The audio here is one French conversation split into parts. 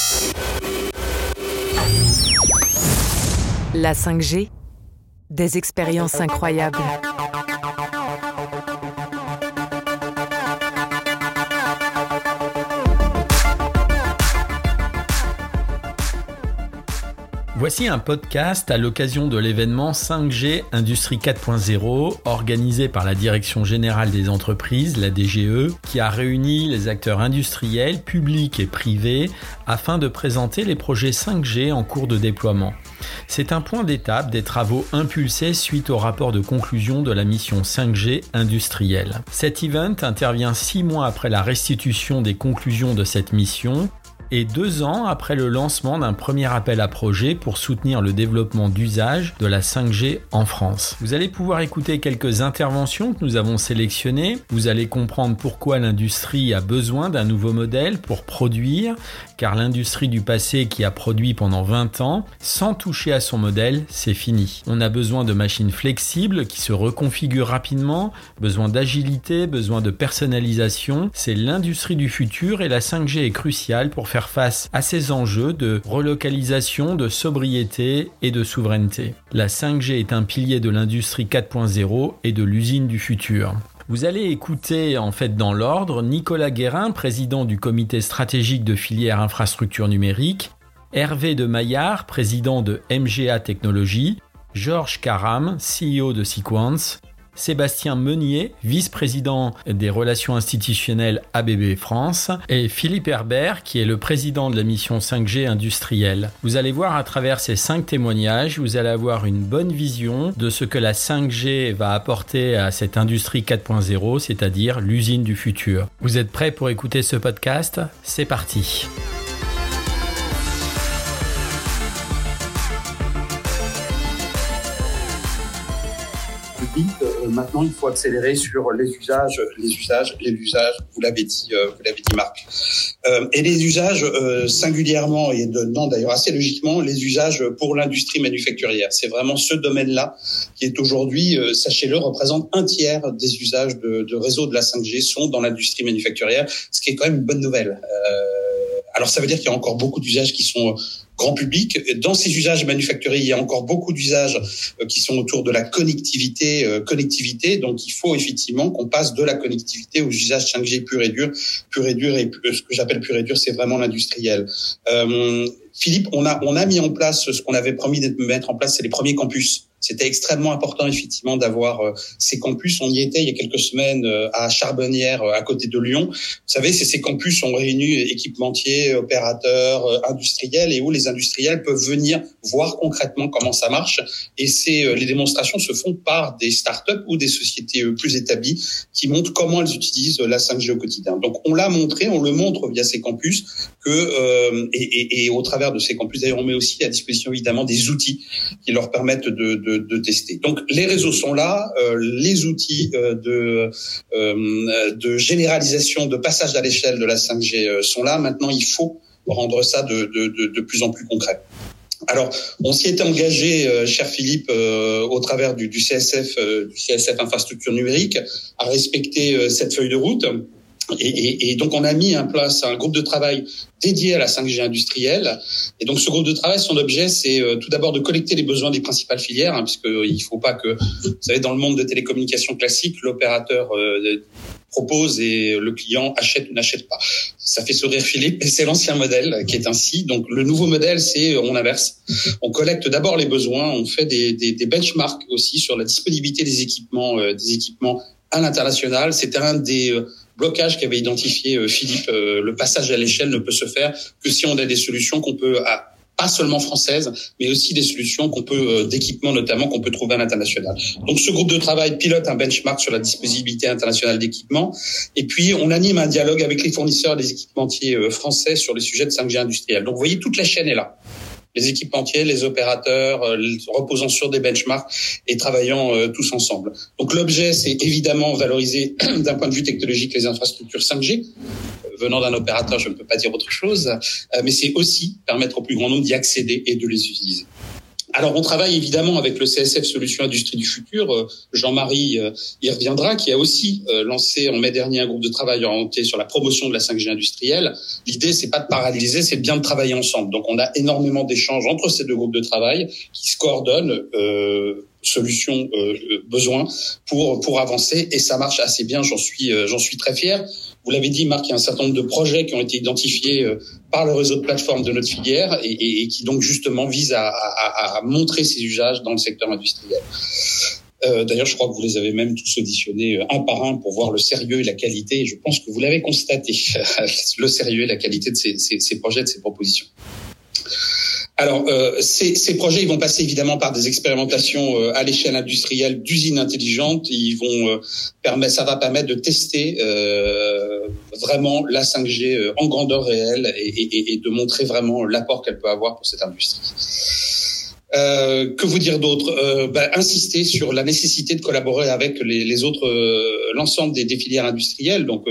La 5G, des expériences incroyables. Voici un podcast à l'occasion de l'événement 5G Industrie 4.0 organisé par la Direction Générale des Entreprises, la DGE, qui a réuni les acteurs industriels, publics et privés afin de présenter les projets 5G en cours de déploiement. C'est un point d'étape des travaux impulsés suite au rapport de conclusion de la mission 5G industrielle. Cet event intervient 6 mois après la restitution des conclusions de cette mission et 2 ans après le lancement d'un premier appel à projet pour soutenir le développement d'usage de la 5G en France. Vous allez pouvoir écouter quelques interventions que nous avons sélectionnées. Vous allez comprendre pourquoi l'industrie a besoin d'un nouveau modèle pour produire, car l'industrie du passé qui a produit pendant 20 ans, sans toucher à son modèle, c'est fini. On a besoin de machines flexibles qui se reconfigurent rapidement, besoin d'agilité, besoin de personnalisation. C'est l'industrie du futur et la 5G est cruciale pour faire face à ces enjeux de relocalisation, de sobriété et de souveraineté. La 5G est un pilier de l'industrie 4.0 et de l'usine du futur. Vous allez écouter, dans l'ordre, Nicolas Guérin, président du comité stratégique de filière infrastructure numérique, Hervé de Maillard, président de MGA Technologies, Georges Karam, CEO de Sequans, Sébastien Meunier, vice-président des relations institutionnelles ABB France, et Philippe Herbert, qui est le président de la mission 5G industrielle. Vous allez voir à travers ces 5 témoignages, vous allez avoir une bonne vision de ce que la 5G va apporter à cette industrie 4.0, c'est-à-dire l'usine du futur. Vous êtes prêts pour écouter ce podcast ? C'est parti. Maintenant, il faut accélérer sur les usages, vous l'avez dit Marc. Et les usages singulièrement et d'ailleurs assez logiquement, les usages pour l'industrie manufacturière. C'est vraiment ce domaine-là qui est aujourd'hui, sachez-le, représente 1/3 des usages de réseau de la 5G sont dans l'industrie manufacturière, ce qui est quand même une bonne nouvelle. Alors ça veut dire qu'il y a encore beaucoup d'usages qui sont grand public. Dans ces usages manufacturiers, il y a encore beaucoup d'usages qui sont autour de la connectivité. Donc, il faut effectivement qu'on passe de la connectivité aux usages 5G pur et dur. Et ce que j'appelle pur et dur, c'est vraiment l'industriel. Philippe, on a mis en place ce qu'on avait promis de mettre en place, c'est les premiers campus. C'était extrêmement important, effectivement, d'avoir ces campus. On y était il y a quelques semaines à Charbonnières, à côté de Lyon. Vous savez, ces campus ont réuni équipementiers, opérateurs, industriels, et où les industriels peuvent venir voir concrètement comment ça marche. Et les démonstrations se font par des startups ou des sociétés plus établies qui montrent comment elles utilisent la 5G au quotidien. Donc, on le montre via ces campus et au travers de ces campus, d'ailleurs, on met aussi à disposition, évidemment, des outils qui leur permettent de tester. Donc les réseaux sont là, les outils de généralisation, de passage à l'échelle de la 5G sont là. Maintenant, il faut rendre ça de plus en plus concret. Alors, on s'y était engagé, cher Philippe, au travers du CSF Infrastructure Numérique, à respecter cette feuille de route. Et donc, on a mis en place un groupe de travail dédié à la 5G industrielle. Et donc, ce groupe de travail, son objet, c'est tout d'abord de collecter les besoins des principales filières, puisqu'il faut pas que, vous savez, dans le monde de télécommunications classiques, l'opérateur propose et le client achète ou n'achète pas. Ça fait sourire Philippe, et c'est l'ancien modèle qui est ainsi. Donc, le nouveau modèle, c'est on inverse. On collecte d'abord les besoins, on fait des benchmarks aussi sur la disponibilité des équipements à l'international. C'était un des blocage qu'avait identifié Philippe. Le passage à l'échelle ne peut se faire que si on a des solutions qu'on peut, pas seulement françaises, mais aussi des solutions d'équipements notamment, qu'on peut trouver à l'international. Donc ce groupe de travail pilote un benchmark sur la disponibilité internationale d'équipements. Et puis on anime un dialogue avec les fournisseurs des équipementiers français sur les sujets de 5G industriel. Donc vous voyez, toute la chaîne est là. Les équipementiers, les opérateurs, reposant sur des benchmarks et travaillant tous ensemble. Donc l'objet, c'est évidemment valoriser d'un point de vue technologique les infrastructures 5G. Venant d'un opérateur, je ne peux pas dire autre chose, mais c'est aussi permettre au plus grand nombre d'y accéder et de les utiliser. Alors, on travaille évidemment avec le CSF Solutions Industrie du Futur. Jean-Marie y reviendra, qui a aussi lancé en mai dernier un groupe de travail orienté sur la promotion de la 5G industrielle. L'idée, c'est pas de paralyser, c'est bien de travailler ensemble. Donc, on a énormément d'échanges entre ces deux groupes de travail qui se coordonnent, solutions, besoins pour avancer, et ça marche assez bien. J'en suis très fier. Vous l'avez dit, Marc, il y a un certain nombre de projets qui ont été identifiés par le réseau de plateformes de notre filière et qui donc justement visent à montrer ces usages dans le secteur industriel. D'ailleurs, je crois que vous les avez même tous auditionnés un par un pour voir le sérieux et la qualité. Et je pense que vous l'avez constaté, le sérieux et la qualité de ces projets, de ces propositions. Alors, ces projets, ils vont passer évidemment par des expérimentations à l'échelle industrielle d'usines intelligentes. Ça va permettre de tester vraiment la 5G en grandeur réelle et de montrer vraiment l'apport qu'elle peut avoir pour cette industrie. Que vous dire d'autre? Insister sur la nécessité de collaborer avec les autres, l'ensemble des filières industrielles. Donc,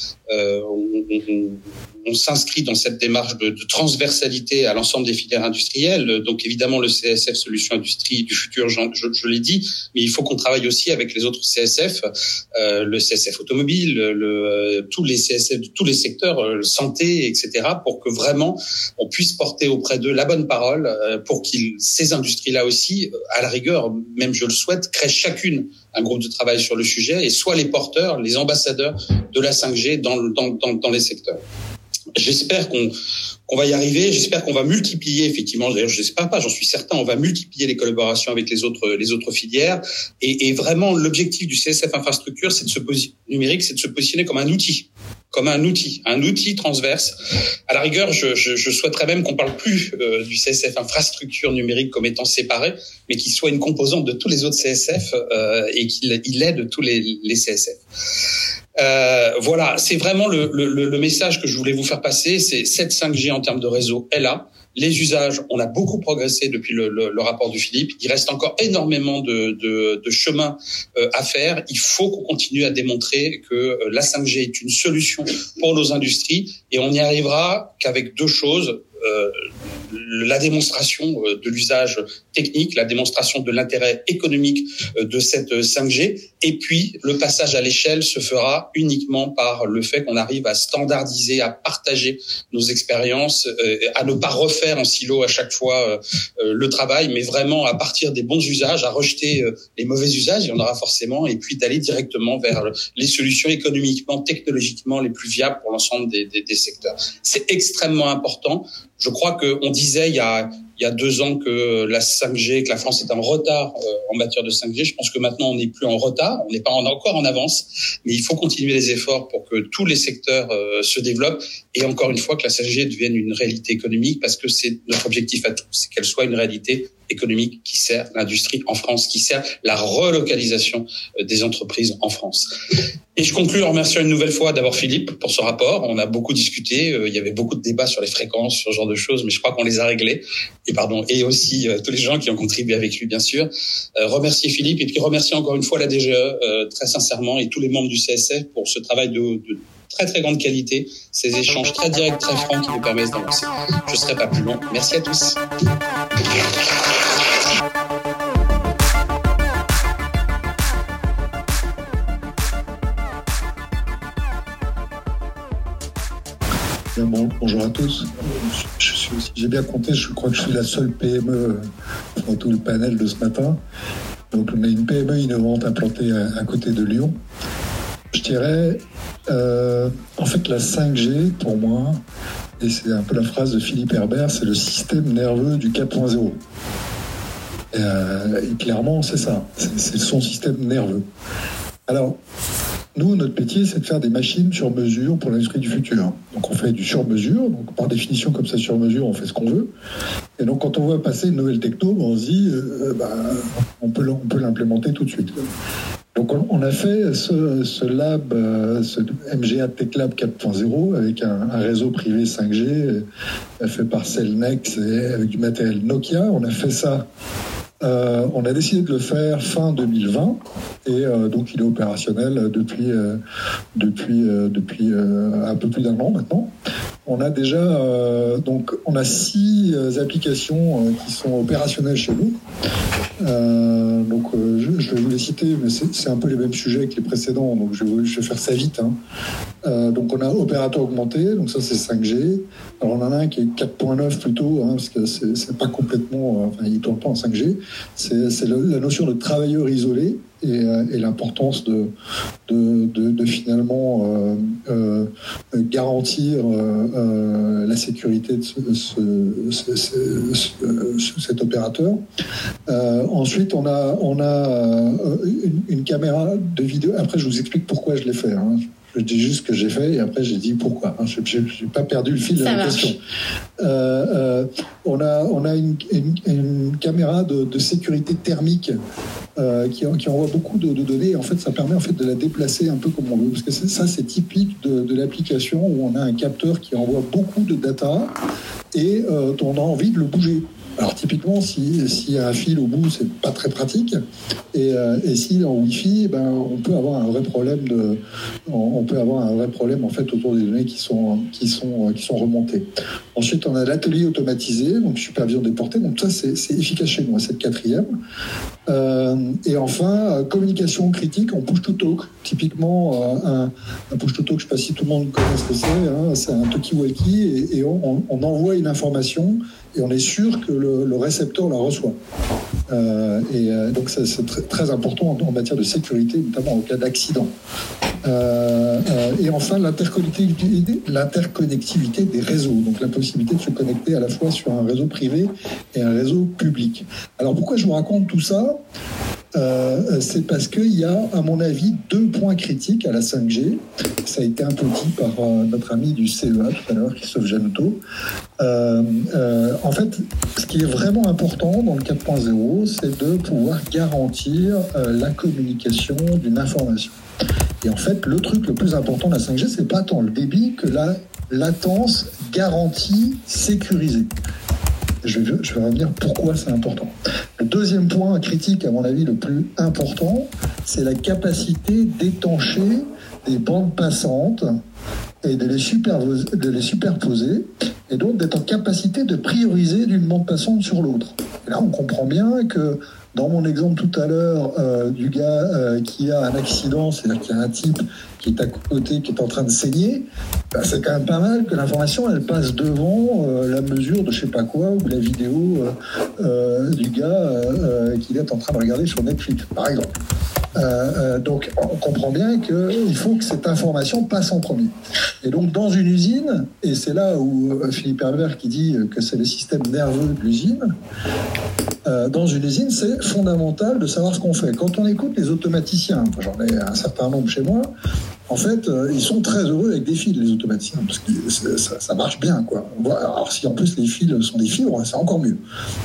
on s'inscrit dans cette démarche de transversalité à l'ensemble des filières industrielles. Donc, évidemment, le CSF Solutions Industrie du Futur, je l'ai dit, mais il faut qu'on travaille aussi avec les autres CSF, le CSF automobile, tous les CSF de tous les secteurs, santé, etc., pour que vraiment on puisse porter auprès d'eux la bonne parole, pour ces industries-là aussi, à la rigueur, même je le souhaite, créent chacune un groupe de travail sur le sujet et soient les porteurs, les ambassadeurs de la 5G dans les secteurs. J'espère qu'on va y arriver. J'espère qu'on va multiplier, effectivement. D'ailleurs, je sais pas, j'en suis certain. On va multiplier les collaborations avec les autres filières. Et vraiment, l'objectif du CSF Infrastructure, c'est de se positionner comme un outil transverse. À la rigueur, je souhaiterais même qu'on parle plus du CSF Infrastructure numérique comme étant séparé, mais qu'il soit une composante de tous les autres CSF et qu'il aide tous les CSF. Voilà, c'est vraiment le message que je voulais vous faire passer. C'est cette 5G en termes de réseau est là. Les usages, on a beaucoup progressé depuis le rapport de Philippe. Il reste encore énormément de chemin à faire. Il faut qu'on continue à démontrer que la 5G est une solution pour nos industries et on n'y arrivera qu'avec deux choses. La démonstration de l'usage technique, la démonstration de l'intérêt économique de cette 5G, et puis le passage à l'échelle se fera uniquement par le fait qu'on arrive à standardiser, à partager nos expériences, à ne pas refaire en silo à chaque fois le travail, mais vraiment à partir des bons usages, à rejeter les mauvais usages, il y en aura forcément, et puis d'aller directement vers les solutions économiquement, technologiquement les plus viables pour l'ensemble des secteurs. C'est extrêmement important. Je crois qu'on disait il y a 2 ans que la 5G, que la France était en retard en matière de 5G. Je pense que maintenant on n'est plus en retard, on n'est pas encore en avance, mais il faut continuer les efforts pour que tous les secteurs se développent et encore une fois que la 5G devienne une réalité économique, parce que c'est notre objectif à tous, c'est qu'elle soit une réalité économique qui sert l'industrie en France, qui sert la relocalisation des entreprises en France. Et je conclue en remerciant une nouvelle fois d'abord Philippe pour ce rapport. On a beaucoup discuté, il y avait beaucoup de débats sur les fréquences, sur ce genre de choses, mais je crois qu'on les a réglés. Et aussi tous les gens qui ont contribué avec lui, bien sûr. Remercier Philippe et puis remercier encore une fois la DGE très sincèrement et tous les membres du CSF pour ce travail de très très grande qualité, ces échanges très directs, très francs qui nous permettent d'avancer. Je ne serai pas plus long. Merci à tous. Bonjour à tous. J'ai bien compté, je crois que je suis la seule PME dans tout le panel de ce matin. Donc on a une PME innovante implantée à côté de Lyon. Je dirais, en fait la 5G pour moi, et c'est un peu la phrase de Philippe Herbert, c'est le système nerveux du 4.0. Et clairement c'est ça, c'est son système nerveux. Alors, nous, notre métier, c'est de faire des machines sur mesure pour l'industrie du futur. Donc, on fait du sur-mesure. Donc, par définition, comme ça, sur mesure, on fait ce qu'on veut. Et donc, quand on voit passer une nouvelle techno, on se dit, on peut l'implémenter tout de suite. Donc, on a fait ce lab, ce MGA Tech Lab 4.0 avec un réseau privé 5G fait par Cellnex et avec du matériel Nokia. On a fait ça. On a décidé de le faire fin 2020 et donc il est opérationnel depuis un peu plus d'1 an maintenant. on a déjà donc on a 6 applications qui sont opérationnelles chez nous. Je vais vous les citer, mais c'est un peu les mêmes sujets que les précédents, donc je vais faire ça vite. Donc on a opérateur augmenté, donc ça c'est 5G. Alors on en a un qui est 4.9 plutôt, parce que c'est pas complètement, il tourne pas en 5G. C'est la notion de travailleur isolé et l'importance de finalement garantir la sécurité de cet opérateur. Ensuite, on a une caméra de vidéo. Après, je vous explique pourquoi je l'ai fait. Je dis juste ce que j'ai fait et après j'ai dit pourquoi. Je n'ai pas perdu le fil de la question. On a une caméra de sécurité thermique qui envoie beaucoup de données. En fait, ça permet de la déplacer un peu comme on veut. Parce que ça, c'est typique de l'application où on a un capteur qui envoie beaucoup de data et on a envie de le bouger. Alors typiquement, s'il y a un fil au bout, c'est pas très pratique. Et si en Wi-Fi, on peut avoir un vrai problème en fait autour des données qui sont remontées. Ensuite, on a l'atelier automatisé, donc supervision des portées. Donc ça, c'est efficace chez nous, c'est le 4e. Et enfin, communication critique en push-to-talk. Typiquement, un push-to-talk, je ne sais pas si tout le monde connaît ce que c'est. C'est un talkie-walkie et on envoie une information et on est sûr que le récepteur la reçoit. Donc c'est très important en matière de sécurité, notamment en cas d'accident. Et enfin, l'interconnectivité des réseaux, donc la possibilité de se connecter à la fois sur un réseau privé et un réseau public. Alors pourquoi je vous raconte tout ça ? C'est parce qu'il y a, à mon avis, 2 points critiques à la 5G. Ça a été un peu dit par notre ami du CEA tout à l'heure, Christophe Janotto. En fait, ce qui est vraiment important dans le 4.0, c'est de pouvoir garantir la communication d'une information. Et en fait, le truc le plus important de la 5G, c'est pas tant le débit que la latence garantie sécurisée. Je vais revenir pourquoi c'est important. Le deuxième point critique, à mon avis, le plus important, c'est la capacité d'étancher des bandes passantes et de les superposer, et donc d'être en capacité de prioriser d'une bande passante sur l'autre. Et là, on comprend bien que dans mon exemple tout à l'heure du gars qui a un accident, c'est-à-dire qu'il y a un type qui est à côté, qui est en train de saigner, c'est quand même pas mal que l'information elle passe devant la mesure de je sais pas quoi ou la vidéo du gars qu'il est en train de regarder sur Netflix, par exemple. Donc on comprend bien qu'il faut que cette information passe en premier. Et donc dans une usine, et c'est là où Philippe Herbert qui dit que c'est le système nerveux de l'usine, dans une usine, c'est fondamental de savoir ce qu'on fait. Quand on écoute les automaticiens, j'en ai un certain nombre chez moi, en fait, ils sont très heureux avec des fils, les automaticiens, parce que ça marche bien, quoi. Alors si en plus les fils sont des fibres, c'est encore mieux.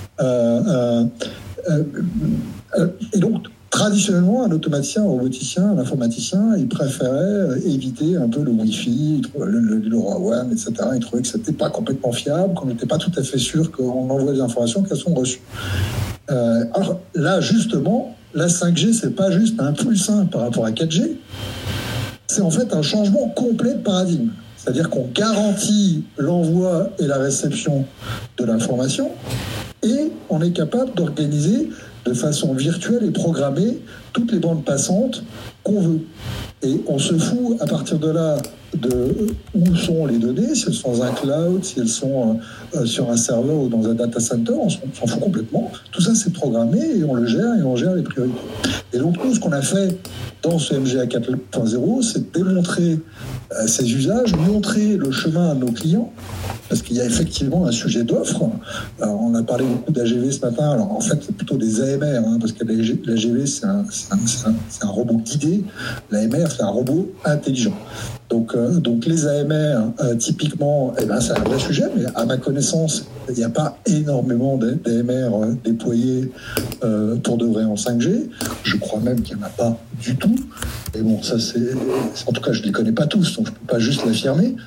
Et donc, traditionnellement, un automaticien, un roboticien, un informaticien, il préférait éviter un peu le Wi-Fi, le LoRaWAN, etc. Il trouvait que c'était pas complètement fiable, qu'on n'était pas tout à fait sûr qu'on envoie des informations qu'elles sont reçues. Alors là, justement, la 5G, c'est pas juste un plus 1 par rapport à 4G, c'est en fait un changement complet de paradigme. C'est-à-dire qu'on garantit l'envoi et la réception de l'information et on est capable d'organiser de façon virtuelle et programmée toutes les bandes passantes qu'on veut. Et on se fout à partir de là de où sont les données, si elles sont dans un cloud, si elles sont sur un serveur ou dans un data center, on s'en fout complètement. Tout ça, c'est programmé et on le gère et on gère les priorités. Et donc, nous, ce qu'on a fait dans ce MGA 4.0, c'est démontrer ces usages, montrer le chemin à nos clients, parce qu'il y a effectivement un sujet d'offre. Alors, on a parlé beaucoup d'AGV ce matin. Alors, en fait, c'est plutôt des AMR, parce que l'AGV, c'est un robot guidé. L'AMR, c'est un robot intelligent. Donc les AMR, typiquement, c'est un vrai sujet, mais à ma connaissance, il n'y a pas énormément d'AMR déployés pour de vrai en 5G. Je crois même qu'il n'y en a pas du tout. Et bon, ça, en tout cas, je ne les connais pas tous, donc je ne peux pas juste l'affirmer.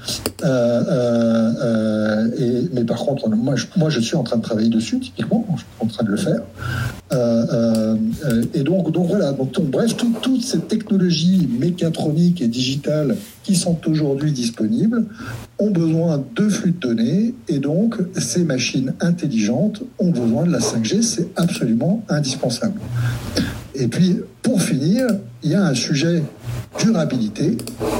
Mais par contre, moi, je suis en train de travailler dessus, typiquement, je suis en train de le faire. Et donc voilà. Bref, toute cette technologie mécatronique et digitale qui sont aujourd'hui disponibles ont besoin de flux de données et donc ces machines intelligentes ont besoin de la 5G, c'est absolument indispensable. Et puis, pour finir, il y a un sujet durabilité.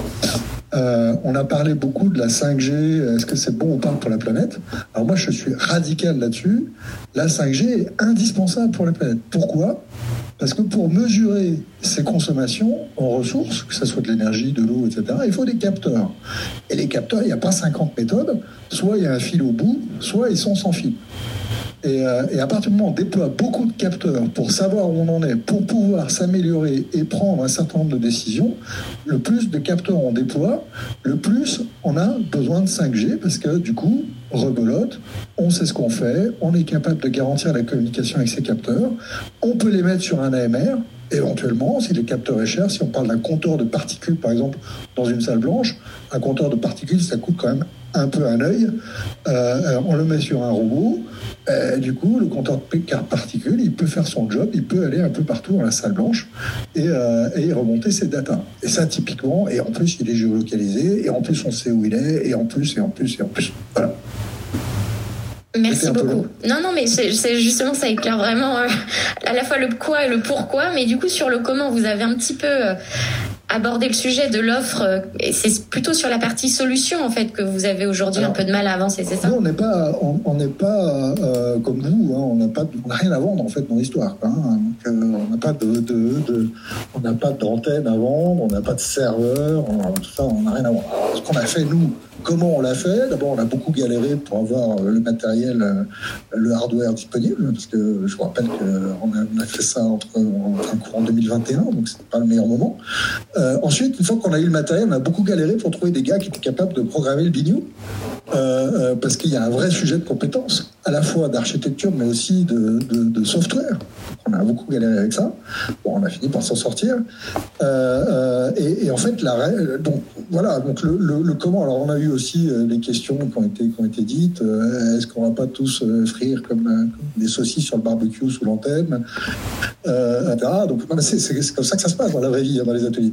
On a parlé beaucoup de la 5G, est-ce que c'est bon ou pas pour la planète ? Alors moi, je suis radical là-dessus. La 5G est indispensable pour la planète. Pourquoi ? Parce que pour mesurer ces consommations en ressources, que ce soit de l'énergie, de l'eau, etc., il faut des capteurs. Et les capteurs, il n'y a pas 50 méthodes. Soit il y a un fil au bout, soit ils sont sans fil. Et à partir du moment où on déploie beaucoup de capteurs pour savoir où on en est, pour pouvoir s'améliorer et prendre un certain nombre de décisions, le plus de capteurs on déploie, le plus on a besoin de 5G parce que du coup, rebelote, on sait ce qu'on fait, on est capable de garantir la communication avec ces capteurs, on peut les mettre sur un AMR, éventuellement, si le capteur est cher, si on parle d'un compteur de particules, par exemple, dans une salle blanche, un compteur de particules, ça coûte quand même un peu un œil. On le met sur un robot. Du coup, le compteur de particules, il peut faire son job, il peut aller un peu partout dans la salle blanche et remonter ses datas. Et ça, typiquement, et en plus, il est géolocalisé, et en plus, on sait où il est, et en plus. Voilà. Merci beaucoup. Non, mais c'est justement, ça éclaire vraiment à la fois le quoi et le pourquoi, mais du coup, sur le comment, vous avez un petit peu abordé le sujet de l'offre, et c'est plutôt sur la partie solution, en fait, que vous avez aujourd'hui un peu de mal à avancer, c'est ça ? Nous, on n'est pas comme vous, hein, on n'a rien à vendre, en fait, dans l'histoire. Hein, donc, on n'a pas d'antenne à vendre, on n'a pas de serveur, tout ça, on n'a rien à vendre. Alors, ce qu'on a fait, nous, comment on l'a fait ? D'abord, on a beaucoup galéré pour avoir le matériel, le hardware disponible, parce que je vous rappelle qu'on a fait ça en courant 2021, donc c'était pas le meilleur moment. Ensuite, une fois qu'on a eu le matériel, on a beaucoup galéré pour trouver des gars qui étaient capables de programmer le biniou, parce qu'il y a un vrai sujet de compétences, à la fois d'architecture, mais aussi de software. On a beaucoup galéré avec ça. Bon, on a fini par s'en sortir. Et en fait, donc voilà. Donc le comment. Alors, on a eu aussi les questions qui ont été dites. Est-ce qu'on va pas tous frire comme des saucisses sur le barbecue sous l'antenne, etc. Donc c'est comme ça que ça se passe dans la vraie vie, dans les ateliers.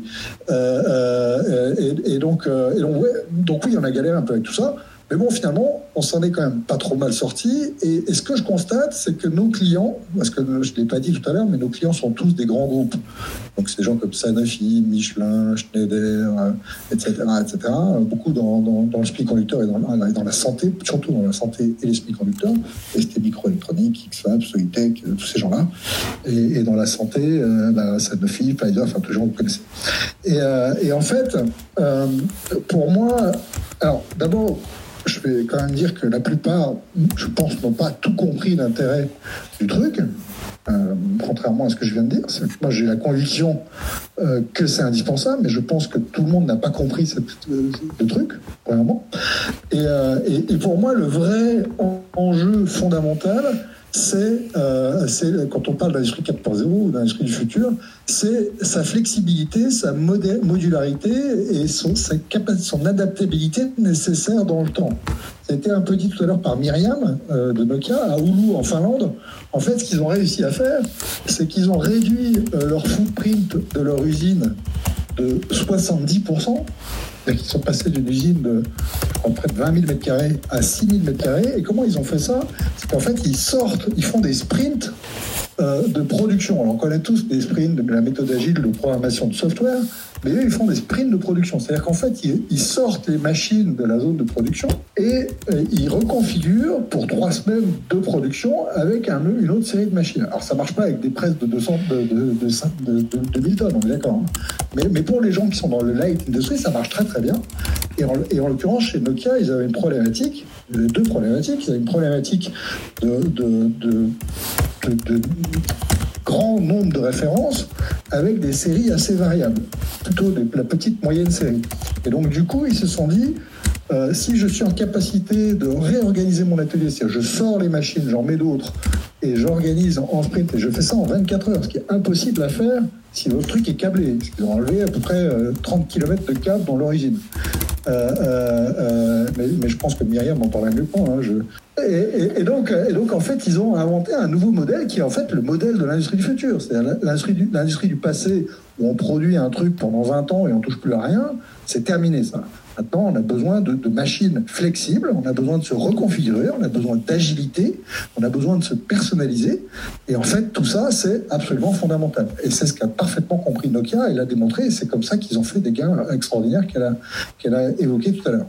Donc oui, on a galéré un peu avec tout ça. Mais bon, finalement, on s'en est quand même pas trop mal sorti. Et ce que je constate, c'est que nos clients, parce que je ne l'ai pas dit tout à l'heure, mais nos clients sont tous des grands groupes. Donc, c'est des gens comme Sanofi, Michelin, Schneider, etc., etc. Beaucoup dans le semi-conducteur et dans la santé, surtout dans la santé et les semi-conducteurs, ST Microélectronique, X-Fab, Soitec, tous ces gens-là. Et dans la santé, Sanofi, Pfizer, enfin, tous les gens que vous connaissez. Et en fait, pour moi, alors, d'abord, je vais quand même dire que la plupart, je pense, n'ont pas tout compris l'intérêt du truc, contrairement à ce que je viens de dire. Moi, j'ai la conviction que c'est indispensable, mais je pense que tout le monde n'a pas compris le truc, premièrement. Et pour moi, le vrai enjeu fondamental, c'est quand on parle d'industrie 4.0 ou d'industrie du futur, c'est sa flexibilité, sa modularité et son adaptabilité nécessaire dans le temps. Ça a été un peu dit tout à l'heure par Myriam de Nokia, à Oulu en Finlande. En fait, ce qu'ils ont réussi à faire, c'est qu'ils ont réduit leur footprint de leur usine de 70%. C'est-à-dire qu'ils sont passés d'une usine de près de 20 000 m² à 6 000 m². Et comment ils ont fait ça ? C'est qu'en fait, ils font des sprints de production. Alors, on connaît tous des sprints de la méthode agile de programmation de software, mais eux, ils font des sprints de production. C'est-à-dire qu'en fait, ils sortent les machines de la zone de production et ils reconfigurent pour 3 semaines de production avec une autre série de machines. Alors, ça ne marche pas avec des presses de 2000 tonnes, on est d'accord. Hein. Mais pour les gens qui sont dans le light industry, ça marche très très bien. Et en l'occurrence, chez Nokia, ils avaient une problématique, deux problématiques. Ils avaient une problématique de grand nombre de références avec des séries assez variables, plutôt la petite moyenne série. Et donc du coup, ils se sont dit, si je suis en capacité de réorganiser mon atelier, c'est-à-dire je sors les machines, j'en mets d'autres, et j'organise en sprint, et je fais ça en 24 heures, ce qui est impossible à faire si votre truc est câblé, parce qu'ils ont enlevé à peu près 30 km de câble dans l'origine. Mais je pense que Myriam en parlera mieux que moi. Et donc, en fait, ils ont inventé un nouveau modèle qui est en fait le modèle de l'industrie du futur. C'est-à-dire l'industrie du passé où on produit un truc pendant 20 ans et on touche plus à rien. C'est terminé ça. Maintenant, on a besoin de machines flexibles, on a besoin de se reconfigurer, on a besoin d'agilité, on a besoin de se personnaliser. Et en fait, tout ça, c'est absolument fondamental. Et c'est ce qu'a parfaitement compris Nokia et l'a démontré. Et c'est comme ça qu'ils ont fait des gains extraordinaires qu'elle a évoqués tout à l'heure.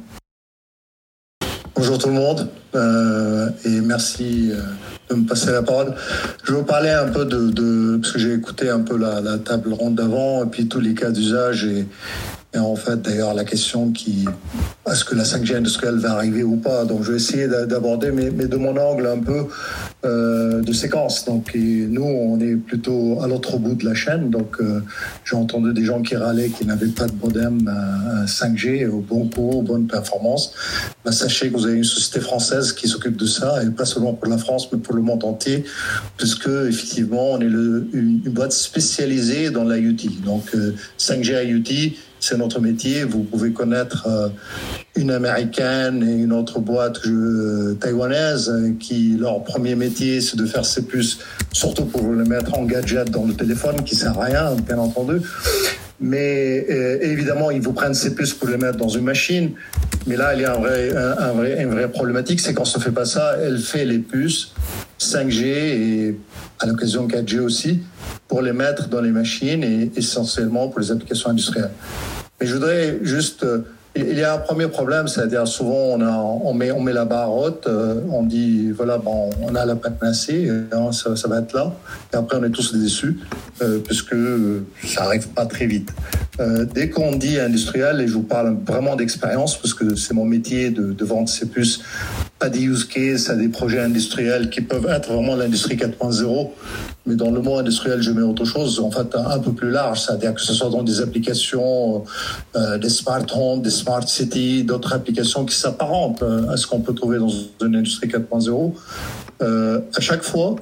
Bonjour tout le monde et merci de me passer la parole. Je vais vous parler un peu parce que j'ai écouté un peu la table ronde d'avant et puis tous les cas d'usage et en fait d'ailleurs la question est-ce que la 5G industrielle va arriver ou pas. Donc je vais essayer d'aborder mais de mon angle un peu de séquence. Donc nous on est plutôt à l'autre bout de la chaîne. Donc j'ai entendu des gens qui râlaient qu'ils n'avaient pas de modem 5G au bon coût, aux bonnes performances. Sachez que vous avez une société française qui s'occupe de ça et pas seulement pour la France mais pour le monde entier puisque effectivement on est une boîte spécialisée dans l'IoT. Donc 5G IoT c'est notre métier. Vous pouvez connaître une américaine et une autre boîte taïwanaise qui, leur premier métier, c'est de faire ces puces, surtout pour les mettre en gadget dans le téléphone, qui sert à rien, bien entendu. Mais évidemment, ils vous prennent ces puces pour les mettre dans une machine. Mais là, il y a une vraie problématique, c'est qu'on ne se fait pas ça. Elle fait les puces 5G et à l'occasion 4G aussi, pour les mettre dans les machines et essentiellement pour les applications industrielles. Mais je voudrais juste... Il y a un premier problème, c'est-à-dire souvent on met la barre haute, on dit voilà, bon, on a la panacée, ça va être là, et après on est tous déçus, puisque ça arrive pas très vite. Dès qu'on dit industriel, et je vous parle vraiment d'expérience, parce que c'est mon métier de vendre ces puces à des use cases, à des projets industriels qui peuvent être vraiment l'industrie 4.0, mais dans le mot industriel, je mets autre chose, en fait un peu plus large, c'est-à-dire que ce soit dans des applications, des smart homes, des smart cities, d'autres applications qui s'apparentent à ce qu'on peut trouver dans une industrie 4.0. À chaque fois,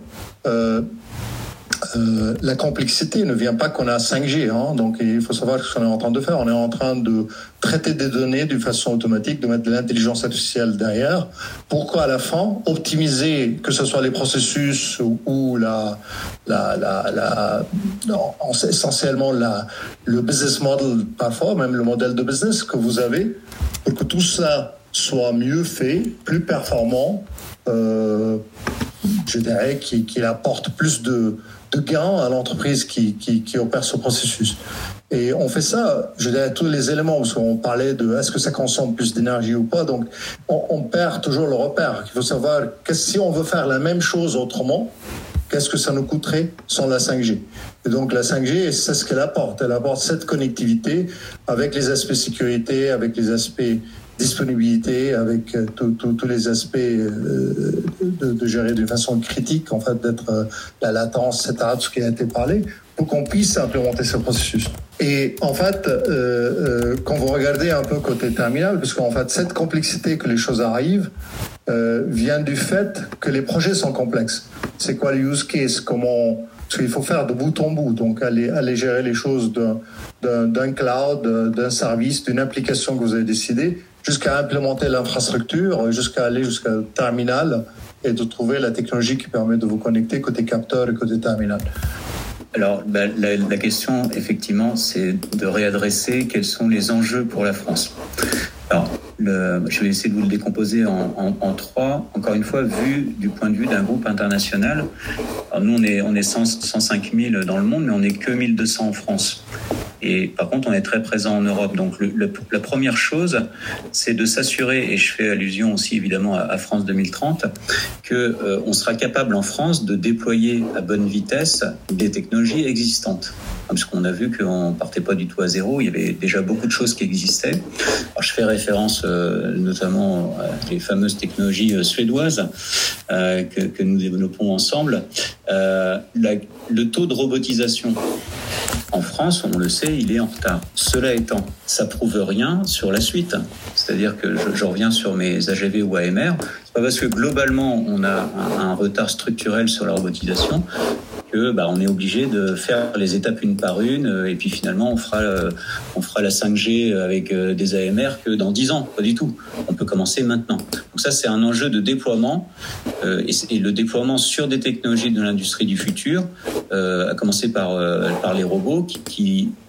la complexité ne vient pas qu'on a 5G, donc il faut savoir ce qu'on est en train de faire. On est en train de traiter des données d'une façon automatique, de mettre de l'intelligence artificielle derrière, pour qu'à la fin, optimiser, que ce soit les processus ou essentiellement le business model, parfois même le modèle de business que vous avez, pour que tout ça soit mieux fait, plus performant, je dirais, qu'il apporte plus de gains à l'entreprise qui opère ce processus. Et on fait ça, je dirais, tous les éléments, parce qu'on parlait de est-ce que ça consomme plus d'énergie ou pas, donc on perd toujours le repère. Il faut savoir que si on veut faire la même chose autrement, qu'est-ce que ça nous coûterait sans la 5G. Et donc la 5G, c'est ce qu'elle apporte. Elle apporte cette connectivité avec les aspects sécurité, avec les aspects disponibilité, avec tous les aspects de gérer d'une façon critique, en fait, d'être la latence, etc., tout ce qui a été parlé, pour qu'on puisse implémenter ce processus. Et en fait, quand vous regardez un peu côté terminal, parce qu'en fait, cette complexité que les choses arrivent vient du fait que les projets sont complexes. C'est quoi le use case? Parce qu'il faut faire de bout en bout, donc aller gérer les choses d'un cloud, d'un service, d'une application que vous avez décidé, jusqu'à implémenter l'infrastructure, jusqu'à aller jusqu'à terminal et de trouver la technologie qui permet de vous connecter côté capteur et côté terminal. Alors, la question, effectivement, c'est de réadresser quels sont les enjeux pour la France. Alors, je vais essayer de vous le décomposer en trois. Encore une fois, vu du point de vue d'un groupe international. Alors nous, on est 105 000 dans le monde, mais on n'est que 1200 en France. Et par contre, on est très présent en Europe. Donc, la première chose, c'est de s'assurer, et je fais allusion aussi évidemment à France 2030, que on sera capable en France de déployer à bonne vitesse des technologies existantes. Parce qu'on a vu qu'on partait pas du tout à zéro, il y avait déjà beaucoup de choses qui existaient. Alors, je fais référence notamment à les fameuses technologies suédoises que nous développons ensemble. Le taux de robotisation en France, on le sait, il est en retard. Cela étant, ça prouve rien sur la suite. C'est-à-dire que je reviens sur mes AGV ou AMR. C'est pas parce que globalement on a un retard structurel sur la robotisation que on est obligé de faire les étapes une par une et puis finalement on fera la 5G avec des AMR que dans 10 ans. Pas du tout. On peut commencer maintenant. Donc ça, c'est un enjeu de déploiement et le déploiement sur des technologies de l'industrie du futur, à commencer par les robots qui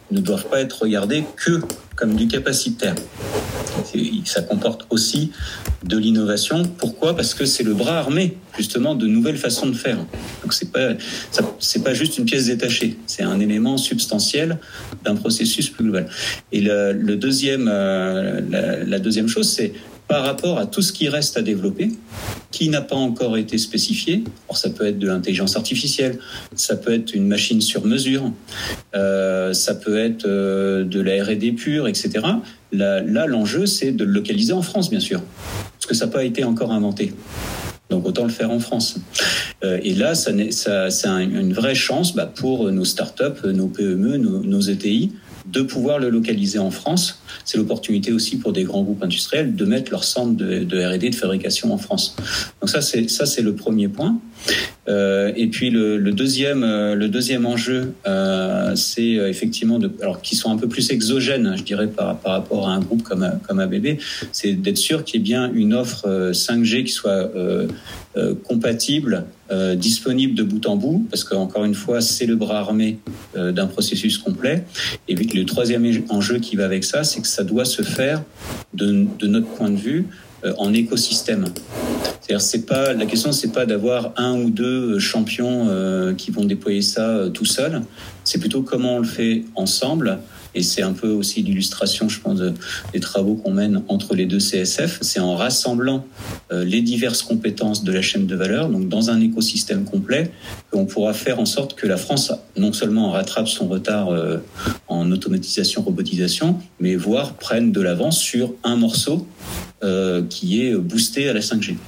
ne doivent pas être regardés que comme du capacitaire. Ça comporte aussi de l'innovation. Pourquoi ? Parce que c'est le bras armé, justement, de nouvelles façons de faire. Donc c'est pas juste une pièce détachée, c'est un élément substantiel d'un processus plus global. Et la deuxième chose, c'est par rapport à tout ce qui reste à développer, qui n'a pas encore été spécifié. Alors ça peut être de l'intelligence artificielle, ça peut être une machine sur mesure, ça peut être de la R&D pure, etc. Là, l'enjeu, c'est de le localiser en France, bien sûr, parce que ça n'a pas été encore inventé. Donc autant le faire en France. Et là, c'est une vraie chance pour nos startups, nos PME, nos ETI, de pouvoir le localiser en France. C'est l'opportunité aussi pour des grands groupes industriels de mettre leur centre de R&D, de fabrication en France. Donc ça, c'est le premier point. Et puis le deuxième enjeu, c'est effectivement qui sont un peu plus exogènes, je dirais, par rapport à un groupe comme ABB, c'est d'être sûr qu'il y ait bien une offre 5G qui soit compatible, disponible de bout en bout, parce qu'encore une fois, c'est le bras armé d'un processus complet. Et puis le troisième enjeu qui va avec ça, c'est que ça doit se faire, de notre point de vue, en écosystème. C'est-à-dire, la question, c'est pas d'avoir un ou deux champions qui vont déployer ça tout seuls. C'est plutôt comment on le fait ensemble. Et c'est un peu aussi l'illustration, je pense, des travaux qu'on mène entre les deux CSF. C'est en rassemblant les diverses compétences de la chaîne de valeur, donc dans un écosystème complet, qu'on pourra faire en sorte que la France, non seulement rattrape son retard en automatisation, robotisation, mais voire prenne de l'avance sur un morceau qui est boosté à la 5G.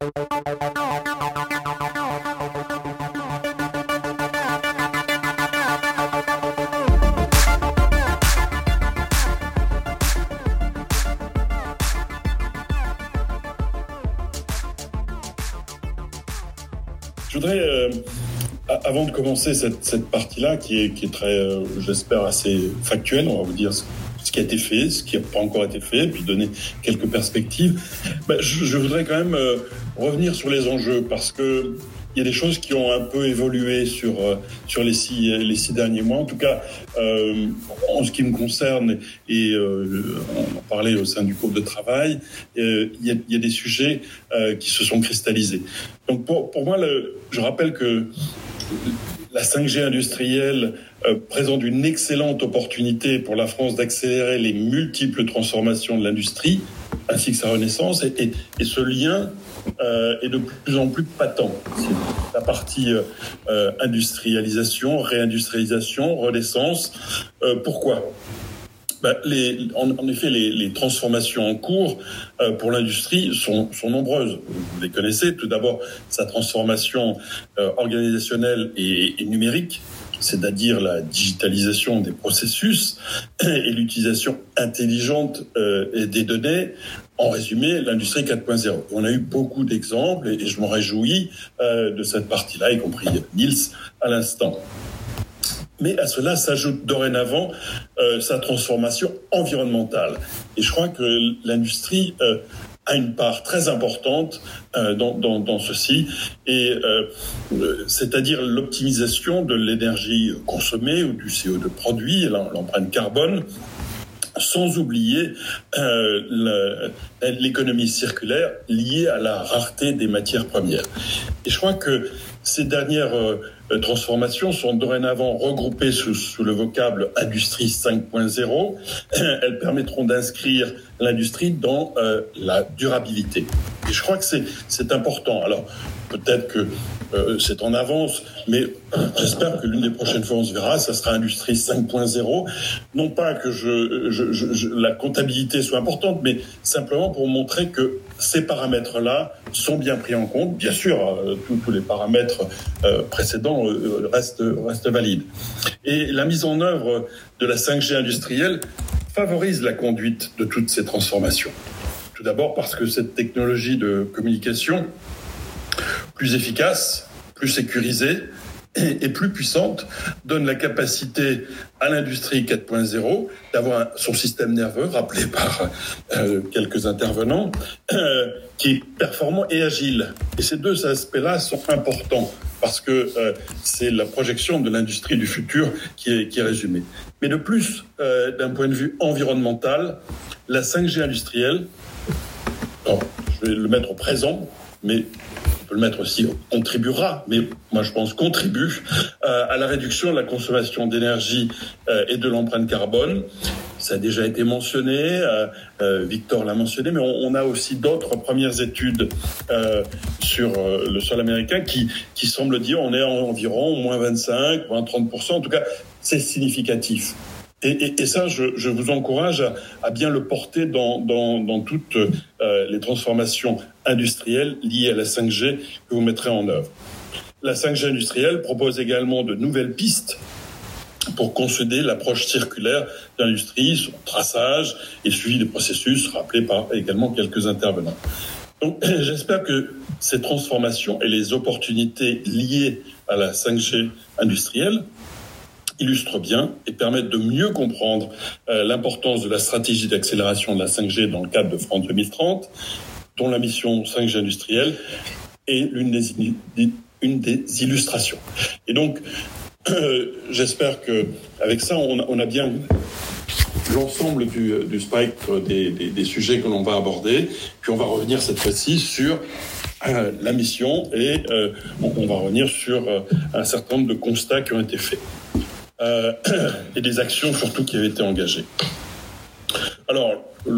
Je voudrais, avant de commencer cette partie-là, qui est très, j'espère, assez factuelle, on va vous dire ce qui a été fait, ce qui n'a pas encore été fait, puis donner quelques perspectives. Je voudrais quand même revenir sur les enjeux, parce que il y a des choses qui ont un peu évolué sur les six derniers mois. En tout cas, en ce qui me concerne, et on en parlait au sein du groupe de travail, il y a des sujets qui se sont cristallisés. Donc pour moi, je rappelle que la 5G industrielle présente une excellente opportunité pour la France d'accélérer les multiples transformations de l'industrie, ainsi que sa renaissance, et ce lien est de plus en plus patent. C'est la partie industrialisation, réindustrialisation, renaissance. Pourquoi ? En effet, les transformations en cours pour l'industrie sont nombreuses. Vous les connaissez. Tout d'abord, sa transformation organisationnelle et numérique, c'est-à-dire la digitalisation des processus et l'utilisation intelligente des données. En résumé, l'industrie 4.0. On a eu beaucoup d'exemples et je m'en réjouis de cette partie-là, y compris Niels à l'instant. Mais à cela s'ajoute dorénavant sa transformation environnementale. Et je crois que l'industrie a une part très importante dans ceci, et c'est-à-dire l'optimisation de l'énergie consommée ou du CO2 produit, l'empreinte carbone, sans oublier l'économie circulaire liée à la rareté des matières premières. Et je crois que ces dernières transformations sont dorénavant regroupées sous le vocable Industrie 5.0. Elles permettront d'inscrire l'industrie dans la durabilité. Et je crois que c'est important. Alors, peut-être que c'est en avance, mais j'espère que l'une des prochaines fois on se verra, ça sera Industrie 5.0. Non pas que la comptabilité soit importante, mais simplement pour montrer que ces paramètres-là sont bien pris en compte. Bien sûr, tous les paramètres précédents restent valides. Et la mise en œuvre de la 5G industrielle favorise la conduite de toutes ces transformations. Tout d'abord parce que cette technologie de communication, plus efficace, plus sécurisée et plus puissante, donne la capacité à l'industrie 4.0 d'avoir son système nerveux, rappelé par quelques intervenants, qui est performant et agile. Et ces deux aspects-là sont importants parce que c'est la projection de l'industrie du futur qui est résumée. Mais de plus, d'un point de vue environnemental, la 5G industrielle, alors, je vais le mettre au présent, mais on peut le mettre aussi contribuera, mais moi je pense contribue à la réduction de la consommation d'énergie et de l'empreinte carbone. Ça a déjà été mentionné, Victor l'a mentionné, mais on a aussi d'autres premières études sur le sol américain qui semblent dire on est environ moins 25, moins 30%, en tout cas c'est significatif. Et ça, je vous encourage à bien le porter dans toutes les transformations industrielles liées à la 5G que vous mettrez en œuvre. La 5G industrielle propose également de nouvelles pistes pour consolider l'approche circulaire de l'industrie, son traçage et suivi des processus, rappelé par également quelques intervenants. Donc, j'espère que ces transformations et les opportunités liées à la 5G industrielle illustrent bien et permettent de mieux comprendre l'importance de la stratégie d'accélération de la 5G dans le cadre de France 2030, dont la mission 5G industrielle est une des illustrations. Et donc, j'espère qu'avec ça, on a bien l'ensemble du spectre des sujets que l'on va aborder, puis on va revenir cette fois-ci sur la mission et on va revenir sur un certain nombre de constats qui ont été faits. Et des actions surtout qui avaient été engagées. Alors,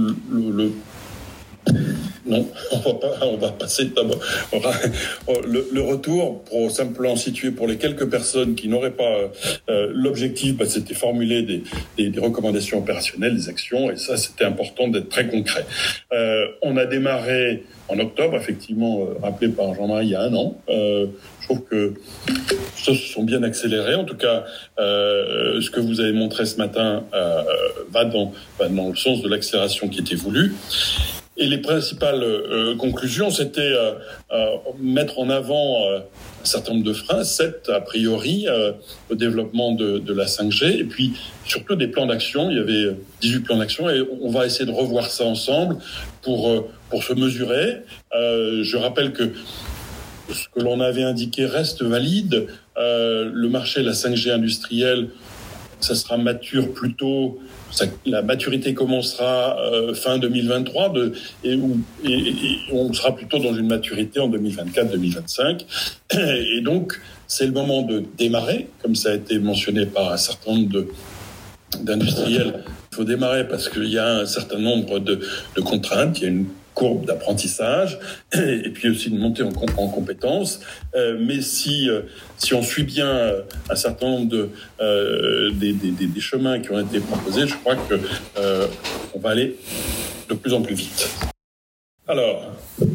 non, on va passer d'abord. Le retour, pour simplement situer pour les quelques personnes qui n'auraient pas l'objectif, c'était formuler des recommandations opérationnelles, des actions, et ça, c'était important d'être très concret. On a démarré en octobre, effectivement, rappelé par Jean-Marie il y a 1 an. Je trouve que ça se sont bien accélérés. En tout cas, ce que vous avez montré ce matin va dans le sens de l'accélération qui était voulue. Et les principales conclusions, c'était mettre en avant un certain nombre de freins, 7 a priori, au développement de la 5G, et puis surtout des plans d'action. Il y avait 18 plans d'action, et on va essayer de revoir ça ensemble pour se mesurer. Je rappelle que ce que l'on avait indiqué reste valide. Le marché de la 5G industrielle, ça sera mature plutôt. La maturité commencera fin 2023 et on sera plutôt dans une maturité en 2024-2025. Et donc, c'est le moment de démarrer, comme ça a été mentionné par un certain nombre d'industriels. Il faut démarrer parce qu'il y a un certain nombre de contraintes, il y a une courbe d'apprentissage et puis aussi une montée en compétences. Mais si on suit bien un certain nombre des chemins qui ont été proposés, je crois que on va aller de plus en plus vite. Alors,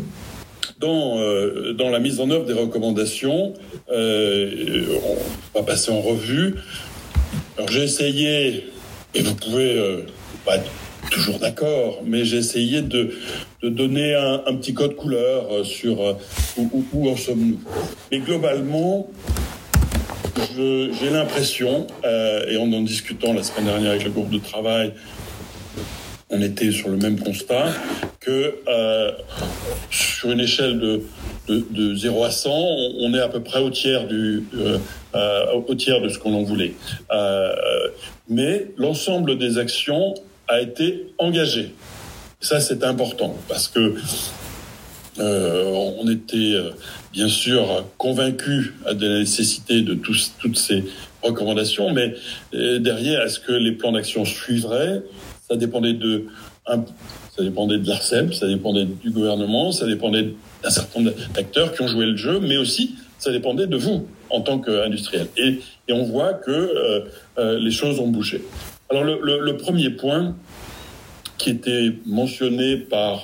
dans la mise en œuvre des recommandations, on va passer en revue. Alors j'ai essayé, et vous pouvez pas être toujours d'accord, mais j'ai essayé de donner un petit code couleur sur où en sommes-nous. Mais globalement, j'ai l'impression, et en discutant la semaine dernière avec le groupe de travail, on était sur le même constat, que sur une échelle de 0 à 100, on est à peu près au tiers de ce qu'on en voulait. Mais l'ensemble des actions a été engagé. Ça, c'est important parce que on était bien sûr convaincus de la nécessité de toutes ces recommandations, mais derrière, est-ce que les plans d'action suivraient ? Ça dépendait de l'ARCEP, ça dépendait du gouvernement, ça dépendait d'un certain nombre d'acteurs qui ont joué le jeu, mais aussi ça dépendait de vous en tant qu'industriel. Et on voit que les choses ont bougé. Alors le premier point qui était mentionné par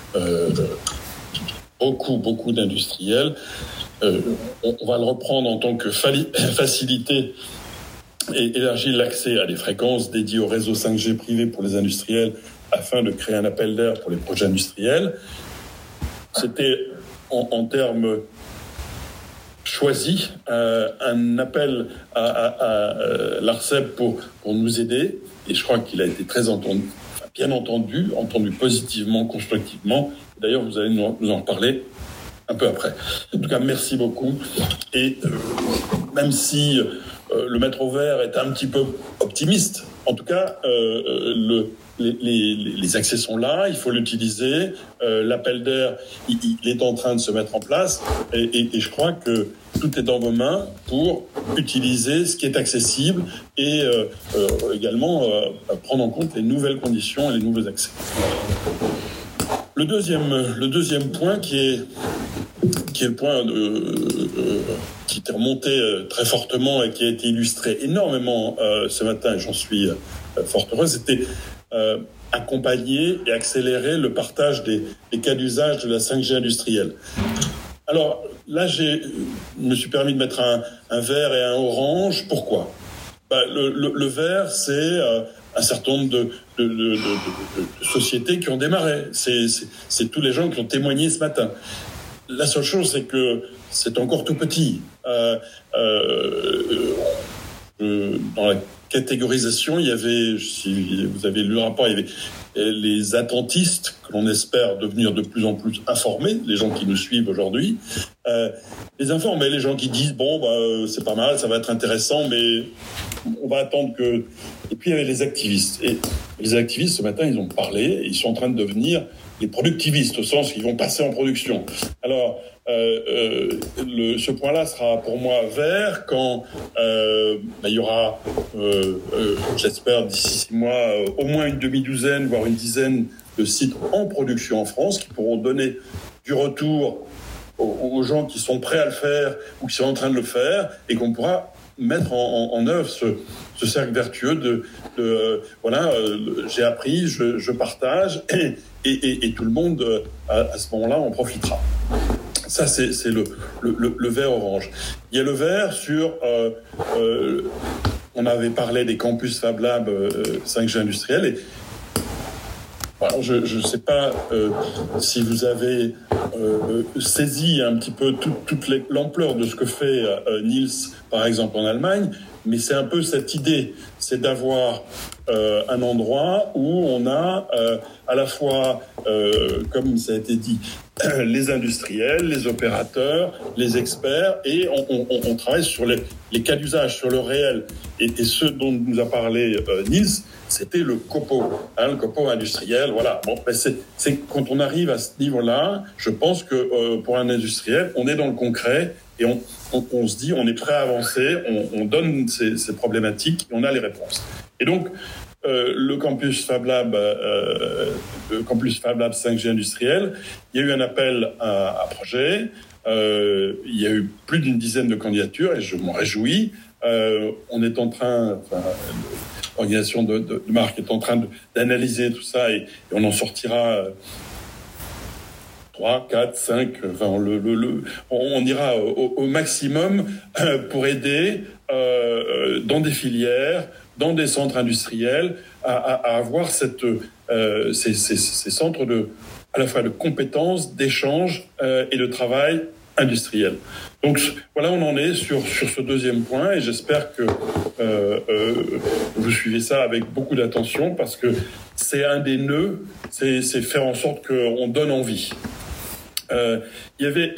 beaucoup d'industriels, on va le reprendre en tant que faciliter et élargir l'accès à des fréquences dédiées au réseau 5G privé pour les industriels afin de créer un appel d'air pour les projets industriels. C'était en termes choisis un appel à l'ARCEP pour nous aider, et je crois qu'il a été très entendu, bien entendu positivement, constructivement. D'ailleurs, vous allez nous en parler un peu après. En tout cas, merci beaucoup. Et même si le maître au vert est un petit peu optimiste, En tout cas, les accès sont là, il faut l'utiliser. L'appel d'air, il est en train de se mettre en place, et je crois que tout est dans vos mains pour utiliser ce qui est accessible et également prendre en compte les nouvelles conditions et les nouveaux accès. Le deuxième point qui est le point qui était remonté très fortement et qui a été illustré énormément ce matin, et j'en suis fort heureux, c'était accompagner et accélérer le partage des cas d'usage de la 5G industrielle. Alors là, je me suis permis de mettre un vert et un orange. Pourquoi ? Le vert, c'est un certain nombre de sociétés qui ont démarré. C'est tous les gens qui ont témoigné ce matin. La seule chose, c'est que c'est encore tout petit. Dans la catégorisation, il y avait, si vous avez lu le rapport, il y avait les attentistes, que l'on espère devenir de plus en plus informés, les gens qui nous suivent aujourd'hui, les informés, les gens qui disent c'est pas mal, ça va être intéressant, mais on va attendre que... Et puis il y avait les activistes. Et les activistes, ce matin, ils ont parlé, et ils sont en train de devenir les productivistes, au sens qu'ils vont passer en production. Alors, ce point-là sera pour moi vert quand il y aura, j'espère, d'ici 6 mois, au moins une demi-douzaine, voire une dizaine de sites en production en France qui pourront donner du retour aux gens qui sont prêts à le faire ou qui sont en train de le faire, et qu'on pourra mettre en œuvre ce cercle vertueux j'ai appris, je partage, et tout le monde à ce moment-là en profitera. Ça, c'est le vert orange. Il y a le vert sur... on avait parlé des campus Fab Lab 5G industriels, et je ne sais pas si vous avez saisi un petit peu toute l'ampleur de ce que fait Niels, par exemple, en Allemagne, mais c'est un peu cette idée, c'est d'avoir un endroit où on a à la fois, comme ça a été dit, les industriels, les opérateurs, les experts, et on travaille sur les cas d'usage, sur le réel. Et ce dont nous a parlé Niels, c'était le copo, le copo industriel. Voilà. C'est quand on arrive à ce niveau-là, je pense que pour un industriel, on est dans le concret, et on se dit, on est prêt à avancer, on donne ces problématiques, et on a les réponses. Et donc, le campus Fab Lab 5G industriel, il y a eu un appel à projet, il y a eu plus d'une dizaine de candidatures, et je m'en réjouis. On est en train, l'organisation de Marc est en train d'analyser tout ça, et on en sortira 3, 4, 5, on ira au maximum pour aider dans des filières, dans des centres industriels, à avoir ces centres à la fois de compétences, d'échanges et de travail industriel. Donc voilà, on en est sur ce deuxième point, et j'espère que vous suivez ça avec beaucoup d'attention, parce que c'est un des nœuds, c'est faire en sorte qu'on donne envie. Il y avait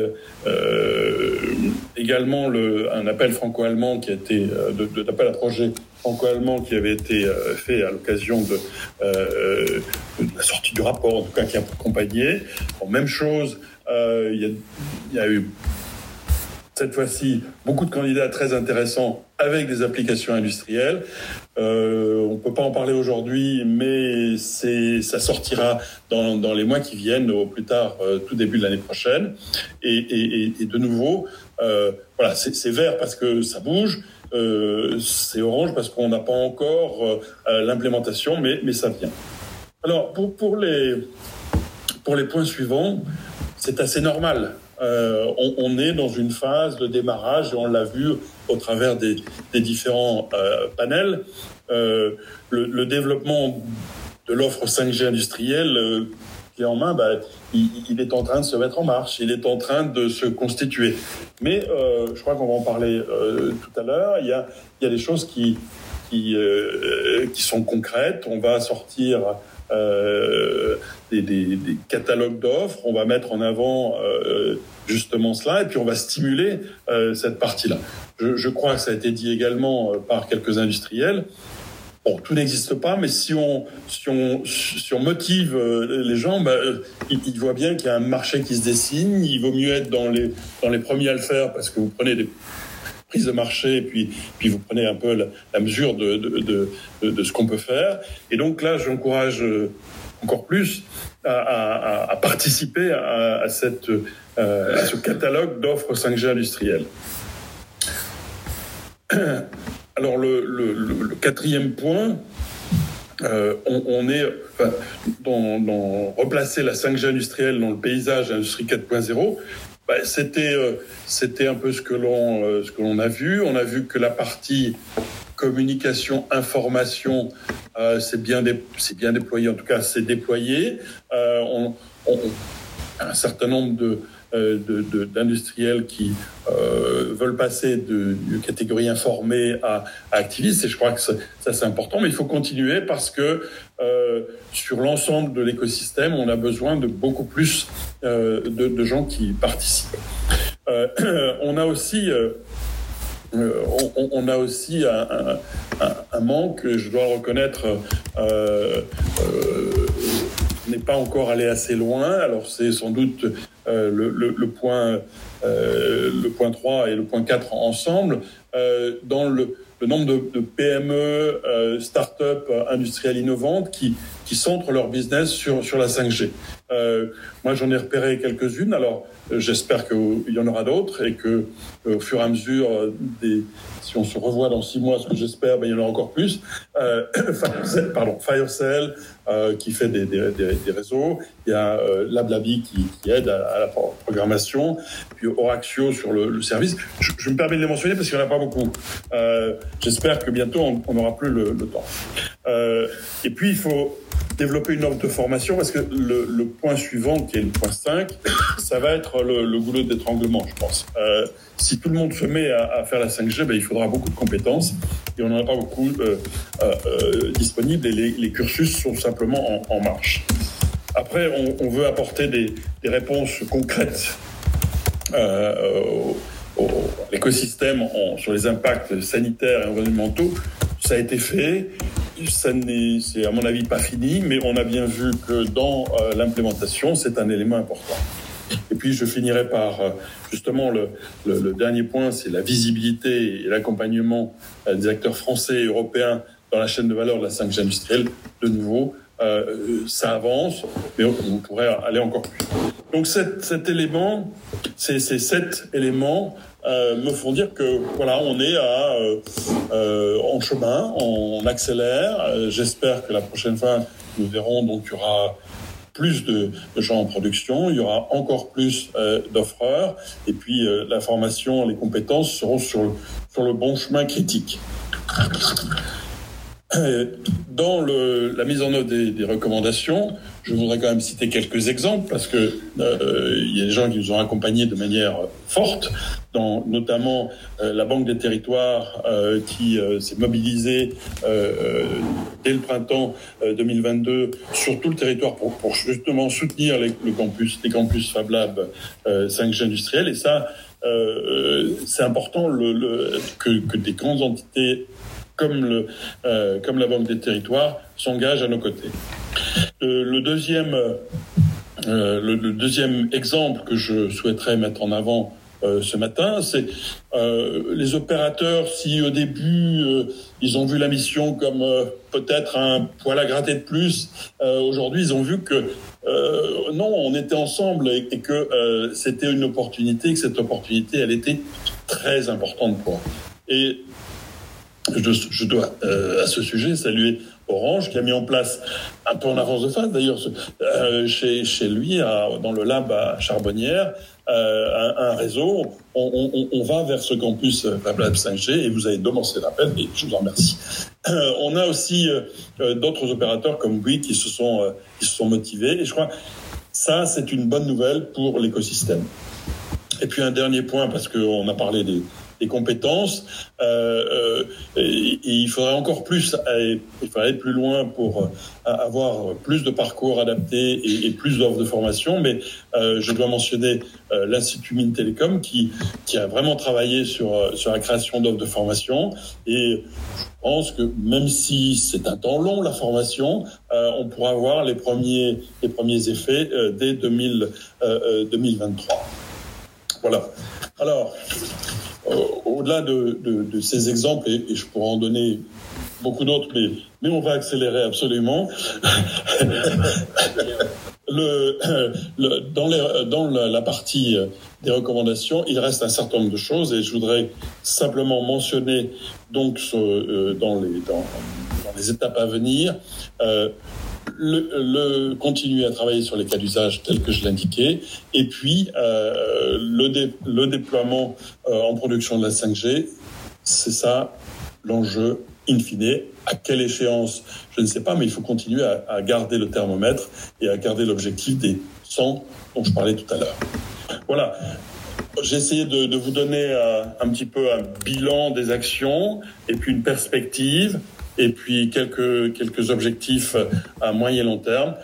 également un appel franco-allemand qui a été d'appel à projet franco-allemand qui avait été fait à l'occasion de la sortie du rapport, en tout cas qui a accompagné. Même chose, il y a eu cette fois-ci beaucoup de candidats très intéressants avec des applications industrielles. On ne peut pas en parler aujourd'hui, mais ça sortira dans les mois qui viennent, au plus tard tout début de l'année prochaine. Et de nouveau, voilà, c'est vert parce que ça bouge, c'est orange parce qu'on n'a pas encore l'implémentation, mais ça vient. Alors pour les points suivants, c'est assez normal. On est dans une phase de démarrage, et on l'a vu au travers des différents panels. Le développement de l'offre 5G industrielle qui est en main, il est en train de se mettre en marche, il est en train de se constituer. Mais je crois qu'on va en parler tout à l'heure. Il y a des choses qui sont concrètes. On va sortir des catalogues d'offres, on va mettre en avant justement cela, et puis on va stimuler cette partie-là. Je crois que ça a été dit également par quelques industriels. bon, tout n'existe pas, mais si on motive les gens, ils voient bien qu'il y a un marché qui se dessine. Il vaut mieux être dans les premiers à le faire parce que vous prenez des prises de marché et puis vous prenez un peu la mesure de ce qu'on peut faire. Et donc là, j'encourage encore plus à participer à ce catalogue d'offres 5G industrielles. Alors le quatrième point, on est dans replacer la 5G industrielle dans le paysage Industrie 4.0. C'était un peu ce que l'on a vu. On a vu que la partie communication, information, c'est bien déployé. En tout cas, c'est déployé. Un certain nombre d'industriels qui veulent passer de catégorie informée à activiste, et je crois que ça c'est important, mais il faut continuer parce que sur l'ensemble de l'écosystème, on a besoin de beaucoup plus de gens qui participent. On a aussi un manque, je dois le reconnaître, n'est pas encore allé assez loin. Alors c'est sans doute le point 3 et le point 4 ensemble, dans le nombre de PME, start-up industrielles innovantes qui centrent leur business sur la 5G. Moi, j'en ai repéré quelques-unes. Alors, j'espère qu'il y en aura d'autres et que, au fur et à mesure, si on se revoit dans 6 mois, ce que j'espère, il y en aura encore plus. Firecell, qui fait des réseaux. Il y a LabLabi qui aide à la programmation. Puis Oraxio sur le service. Je me permets de les mentionner parce qu'il n'y en a pas beaucoup. J'espère que bientôt, on n'aura plus le temps. Et puis, il faut développer une offre de formation parce que le point suivant, qui est le point 5, ça va être le goulot d'étranglement, je pense. Si tout le monde se met à faire la 5G, il faudra beaucoup de compétences et on n'en a pas beaucoup disponibles et les cursus sont simplement en marche. Après, on veut apporter des réponses concrètes à l'écosystème sur les impacts sanitaires et environnementaux. Ça a été fait. C'est à mon avis pas fini, mais on a bien vu que dans l'implémentation, c'est un élément important. Et puis je finirai par justement le dernier point, c'est la visibilité et l'accompagnement des acteurs français et européens dans la chaîne de valeur de la 5G industrielle. De nouveau, ça avance, mais on pourrait aller encore plus. Donc cet élément, ces 7 éléments me font dire que voilà, on est en chemin, on accélère. J'espère que la prochaine fois, nous verrons, donc il y aura plus de gens en production, il y aura encore plus d'offreurs, et puis la formation, les compétences seront sur le bon chemin critique. Dans la mise en œuvre des recommandations, je voudrais quand même citer quelques exemples parce que il y a des gens qui nous ont accompagnés de manière forte, notamment la Banque des Territoires qui s'est mobilisée dès le printemps 2022 sur tout le territoire pour justement soutenir les campus Fab Lab 5G industriels. Et ça, c'est important que des grandes entités comme la Banque des Territoires s'engagent à nos côtés. Le deuxième exemple que je souhaiterais mettre en avant ce matin, c'est les opérateurs, si au début ils ont vu la mission comme peut-être un poil à gratter de plus, aujourd'hui ils ont vu que non, on était ensemble et que c'était une opportunité, que cette opportunité elle était très importante pour eux. Et je dois à ce sujet saluer Orange qui a mis en place, un peu en avance de phase d'ailleurs, chez lui dans le lab à Charbonnières, un réseau. On va vers ce campus Fab Lab 5G et vous avez devancé l'appel et je vous en remercie. On a aussi d'autres opérateurs comme Bouygues qui se sont motivés et je crois que ça c'est une bonne nouvelle pour l'écosystème. Et puis un dernier point parce qu'on a parlé des des compétences. Et il faudrait encore plus, il faudrait aller plus loin pour avoir plus de parcours adaptés et plus d'offres de formation. Mais je dois mentionner l'Institut Mines Télécom qui a vraiment travaillé sur la création d'offres de formation. Et je pense que même si c'est un temps long, la formation, on pourra voir les premiers effets dès 2023. Voilà. Alors, au-delà de ces exemples, et je pourrais en donner beaucoup d'autres, mais on va accélérer absolument. Dans la partie des recommandations, il reste un certain nombre de choses et je voudrais simplement mentionner donc dans les étapes à venir continuer à travailler sur les cas d'usage tels que je l'indiquais et puis le déploiement en production de la 5G, c'est ça l'enjeu in fine. À quelle échéance, je ne sais pas, mais il faut continuer à garder le thermomètre et à garder l'objectif des 100 dont je parlais tout à l'heure. Voilà. J'ai essayé de vous donner un petit peu un bilan des actions et puis une perspective et puis quelques objectifs à moyen et long terme.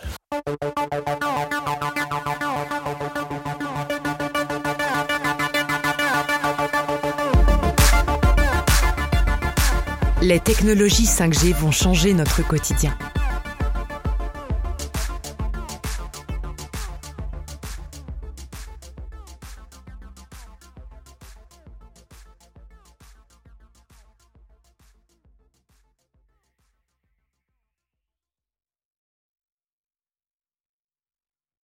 Les technologies 5G vont changer notre quotidien.